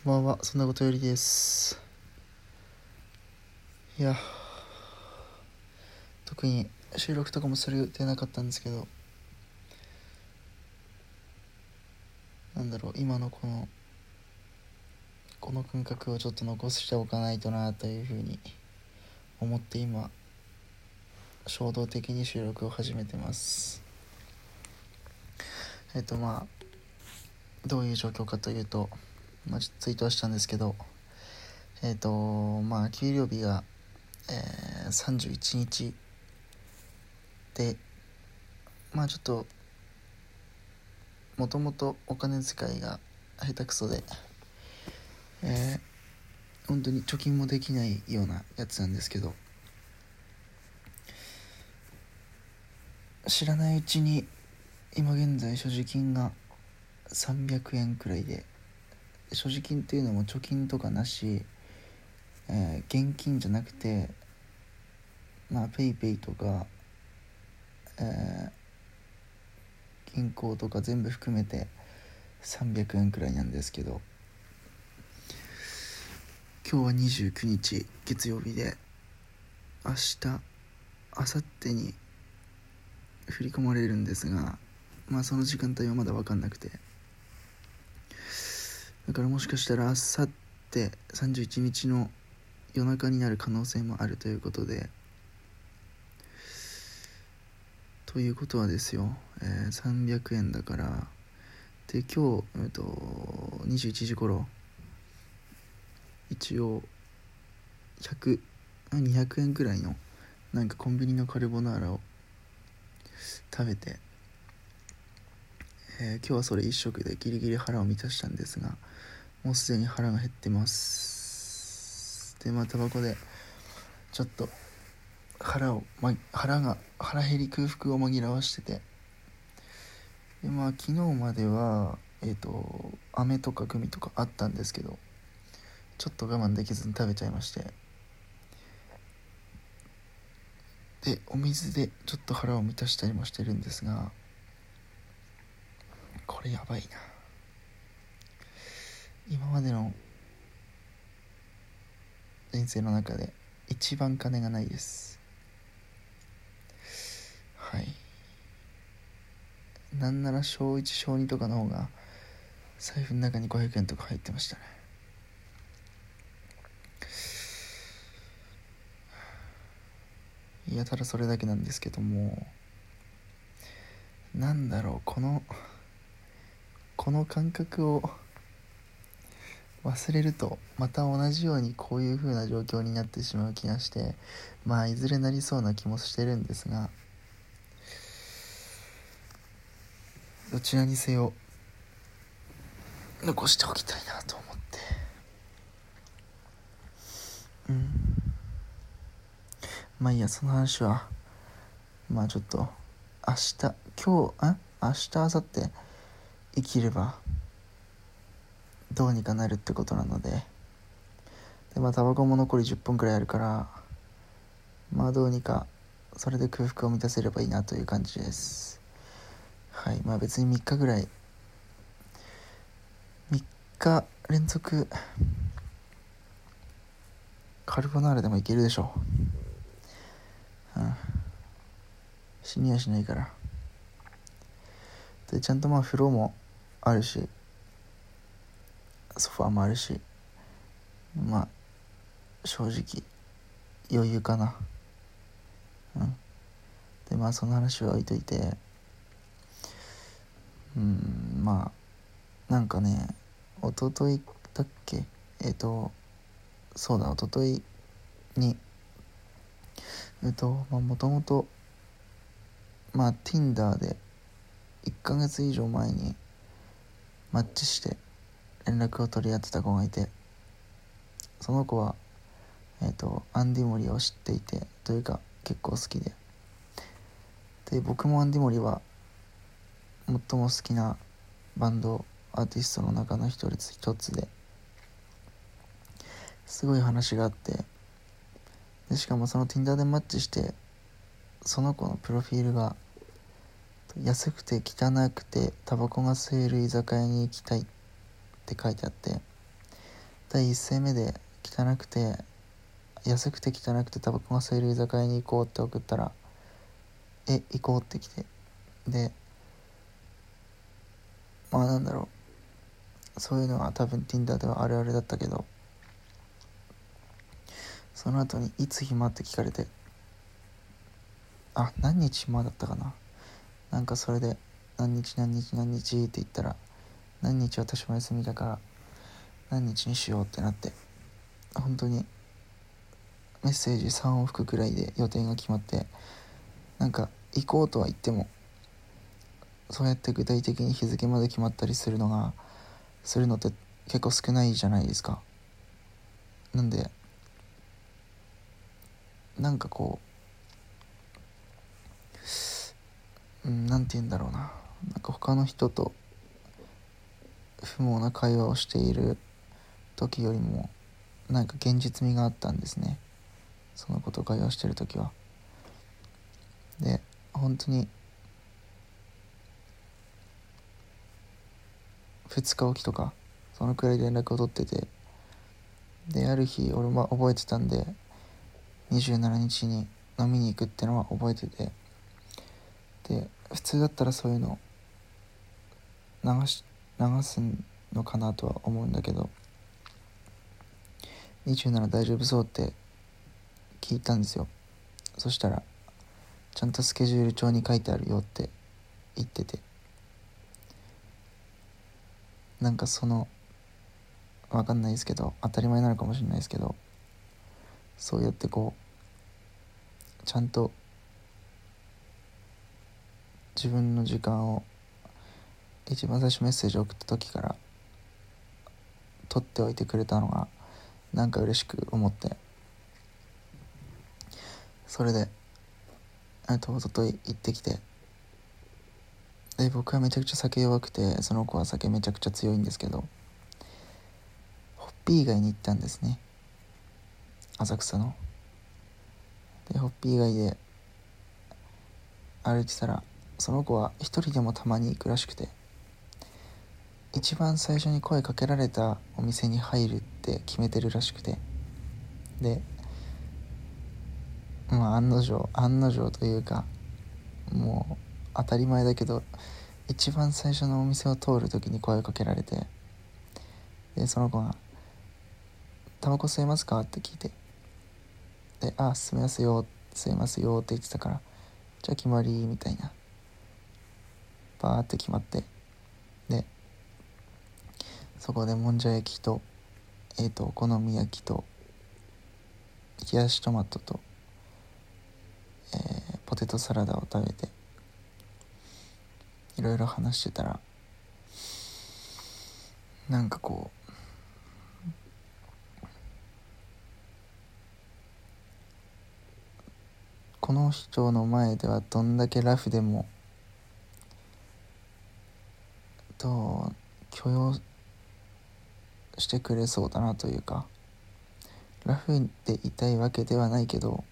こんばんは、そんなことよりです。いや、特に収録とかもする予定なかったんですけど、今のこの感覚をちょっと残しておかないとなというふうに思って今、衝動的に収録を始めてます。どういう状況かというと、ちょっとツイートはしたんですけど、給料日が、31日で、ちょっともともとお金遣いが下手くそで、本当に貯金もできないようなやつなんですけど、知らないうちに今現在所持金が300円くらいで、所持金っていうのも貯金とかなし、現金じゃなくてペイペイとか、銀行とか全部含めて300円くらいなんですけど、今日は29日月曜日で、明日明後日に振り込まれるんですが、その時間帯はまだ分かんなくて、だからもしかしたら明後日31日の夜中になる可能性もあるということで、ということはですよ、300円だから、で今日、21時頃一応200円くらいのコンビニのカルボナーラを食べて、今日はそれ一食でギリギリ腹を満たしたんですが、もうすでに腹が減ってます。でタバコでちょっと腹減り空腹を紛らわしてて、で昨日までは飴とかグミとかあったんですけど、ちょっと我慢できずに食べちゃいまして、でお水でちょっと腹を満たしたりもしてるんですが、これやばいな。今までの人生の中で一番金がないです。はい。なんなら小1小2とかの方が財布の中に500円とか入ってましたね。いや、ただそれだけなんですけども、この感覚を忘れるとまた同じようにこういう風な状況になってしまう気がして、いずれなりそうな気もしてるんですが、どちらにせよ残しておきたいなと思って、いいや、その話はちょっと明日明日明後日生きればどうにかなるってことなので、タバコも残り10本くらいあるから、どうにかそれで空腹を満たせればいいなという感じです。はい。別に3日連続カルボナーラでもいけるでしょう。死にはしないから。でちゃんと風呂もあるし、ソファーもあるし、正直余裕かな。でその話は置いといて、一昨日だっけ、そうだ、一昨日にもともとTinder で1ヶ月以上前にマッチして連絡を取り合ってた子がいて、その子はアンディモリを知っていて、というか結構好きで、僕もアンディモリは最も好きなバンドアーティストの中の一つですごい話があって、でしかもその Tinder でマッチして、その子のプロフィールが安くて汚くてタバコが吸える居酒屋に行きたいって書いてあって、 第一声目で汚くて安くて汚くてタバコが吸える居酒屋に行こうって送ったら行こうって来て、でなんだろう、そういうのは多分 Tinder ではあるあるだったけど、その後にいつ暇って聞かれて、何日暇だったかな、なんかそれで何日って言ったら、何日私も休みだから何日にしようってなって、本当にメッセージ3往復くらいで予定が決まって、なんか行こうとは言ってもそうやって具体的に日付まで決まったりするのって結構少ないじゃないですか。なんでなんかこう、なんて言うんだろうな、なんか他の人と不毛な会話をしている時よりもなんか現実味があったんですね、そのこと会話してる時は。で本当に2日おきとかそのくらい連絡を取ってて、である日俺は覚えてたんで27日に飲みに行くってのは覚えてて、で普通だったらそういうの流すのかなとは思うんだけど、27大丈夫そうって聞いたんですよ。そしたらちゃんとスケジュール帳に書いてあるよって言ってて、なんかわかんないですけど当たり前なのかもしれないですけど、そうやってこうちゃんと自分の時間を一番最初メッセージを送った時から取っておいてくれたのがなんか嬉しく思って、それで一昨日行ってきて、で僕はめちゃくちゃ酒弱くてその子は酒めちゃくちゃ強いんですけど、ホッピー街に行ったんですね、浅草の。でホッピー街で歩いてたらその子は一人でもたまに行くらしくて、一番最初に声かけられたお店に入るって決めてるらしくて、で案の定というかもう当たり前だけど一番最初のお店を通る時に声をかけられて、でその子が「タバコ吸えますか?」って聞いて、で「あ、吸えますよ」って言ってたから、じゃあ決まりみたいな、バーって決まって、でそこでもんじゃ焼きとお好み焼きと冷やしトマトと、ポテトサラダを食べていろいろ話してたら、なんかこうこの人の前ではどんだけラフでも許容してくれそうだなというか、ラフでいたいわけではないけど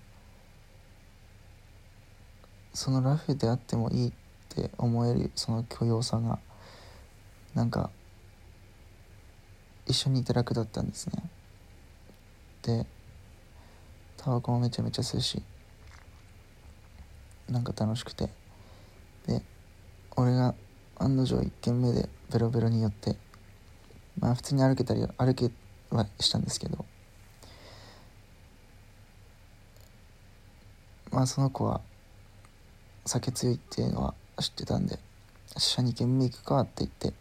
そのラフであってもいいって思えるその許容さがなんか一緒にいて楽だったんですね。でタバコもめちゃめちゃ吸うしなんか楽しくて、で俺が案の定1軒目でベロベロに寄って、普通に歩けはしたんですけど、その子は酒強いっていうのは知ってたんで、一緒に2軒目行くかって言って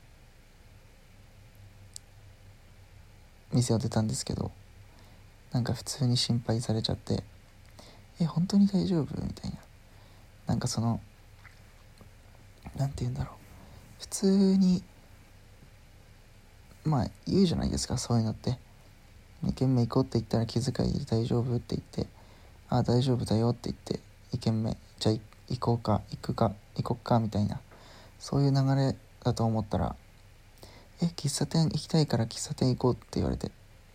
店を出たんですけど、なんか普通に心配されちゃって、本当に大丈夫みたいな、なんかなんて言うんだろう、普通に言うじゃないですか、そういうのって。2軒目行こうって言ったら気遣いで大丈夫って言って、大丈夫だよって言って2軒目じゃあ行こっかみたいな、そういう流れだと思ったら、喫茶店行きたいから喫茶店行こうって言われて、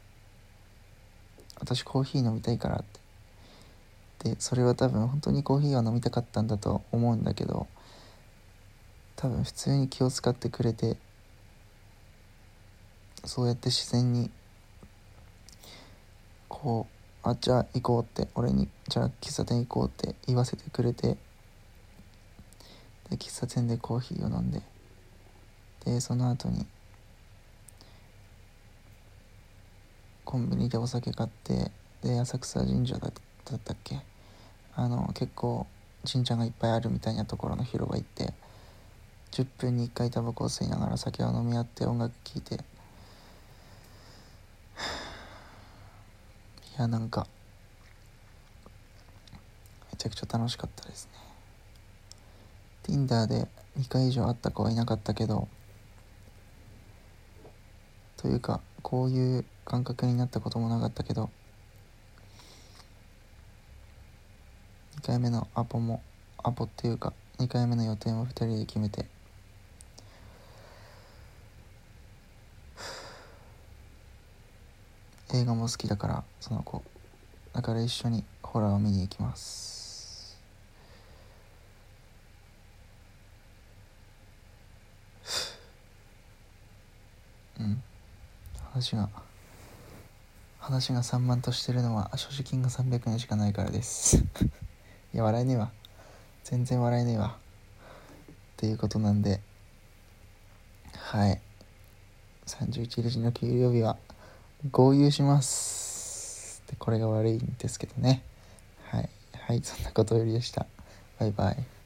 私コーヒー飲みたいからって。でそれは多分本当にコーヒーは飲みたかったんだと思うんだけど、多分普通に気を使ってくれて、そうやって自然にこうじゃあ行こうって俺にじゃあ喫茶店行こうって言わせてくれて、で喫茶店でコーヒーを飲んで、でその後にコンビニでお酒買って、で浅草神社だったっけ、結構神社がいっぱいあるみたいなところの広場行って、10分に1回タバコを吸いながら酒を飲み合って音楽聴いて、いやなんかめちゃくちゃ楽しかったですね。 Tinder で2回以上会った子はいなかったけど、というかこういう感覚になったこともなかったけど、2回目のアポっていうか2回目の予定も2人で決めて、映画も好きだからその子だから一緒にホラーを見に行きます。うん話が散漫としてるのは所持金が300円しかないからですいや笑えねえわ、全然笑えねえわっていうことなんで、はい、31日の給料日は合流しますで、これが悪いんですけどね。はい、はい、そんなことよりでした。バイバイ。